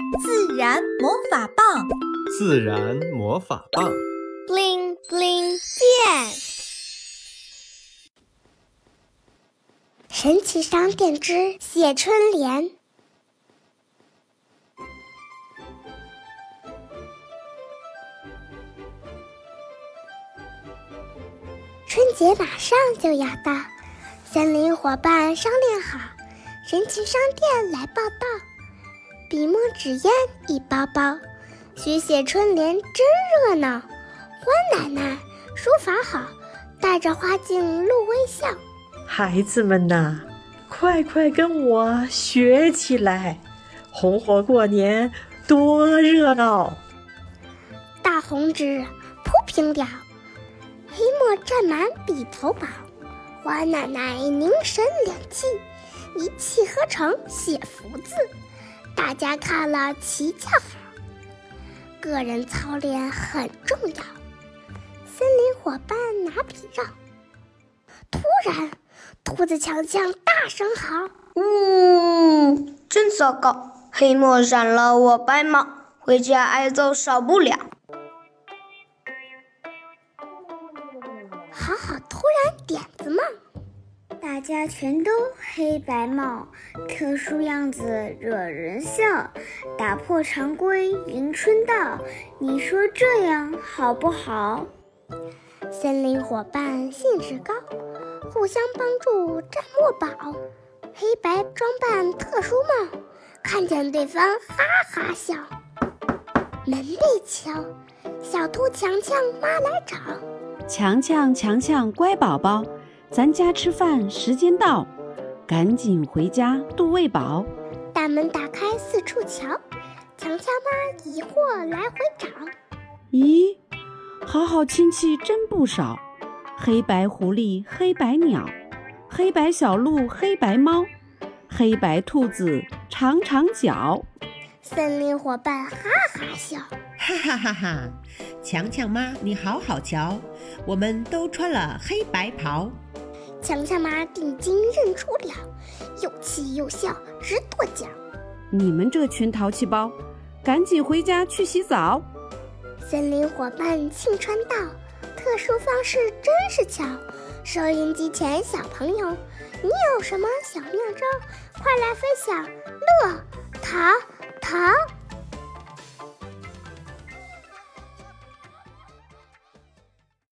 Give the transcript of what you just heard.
自然魔法棒， 自然魔法棒 ，bling bling 变。神奇商店之写春联。春节马上就要到，森林伙伴商量好，神奇商店来报道。笔墨纸砚一包包，许写春联真热闹。欢奶奶书法好，带着花镜露微笑。 孩子们呐，快快跟我学起来，红火过年多热闹！ 大红纸铺平了，黑墨蘸满笔头宝。花奶奶凝神练气，一气呵成写福字。大家看了齐叫好，个人操练很重要。森林伙伴拿笔绕，突然兔子强强大声嚎： 呜，真糟糕！黑墨染了我白毛，回家挨揍少不了。 好好突然点子嘛！ 大家全都黑白帽，特殊样子惹人笑，打破常规迎春到，你说这样好不好？ 森林伙伴兴致高，互相帮助占墨宝。黑白装扮特殊帽，看见对方哈哈笑。门被敲，小兔强强妈来找。 强强强强乖宝宝，咱家吃饭时间到，赶紧回家肚喂饱。 大门打开四处瞧，强强妈疑惑来回找。 咦，好好亲戚真不少，黑白狐狸黑白鸟，黑白小鹿黑白猫，黑白兔子长长脚。 森林伙伴哈哈笑， 哈哈哈哈！强强妈，你好好瞧，我们都穿了黑白袍。 强强妈定睛认出了，又气又笑直跺脚。 你们这群淘气包，赶紧回家去洗澡。 森林伙伴庆春到，特殊方式真是巧。收音机前小朋友，你有什么小妙招？快来分享，乐淘淘。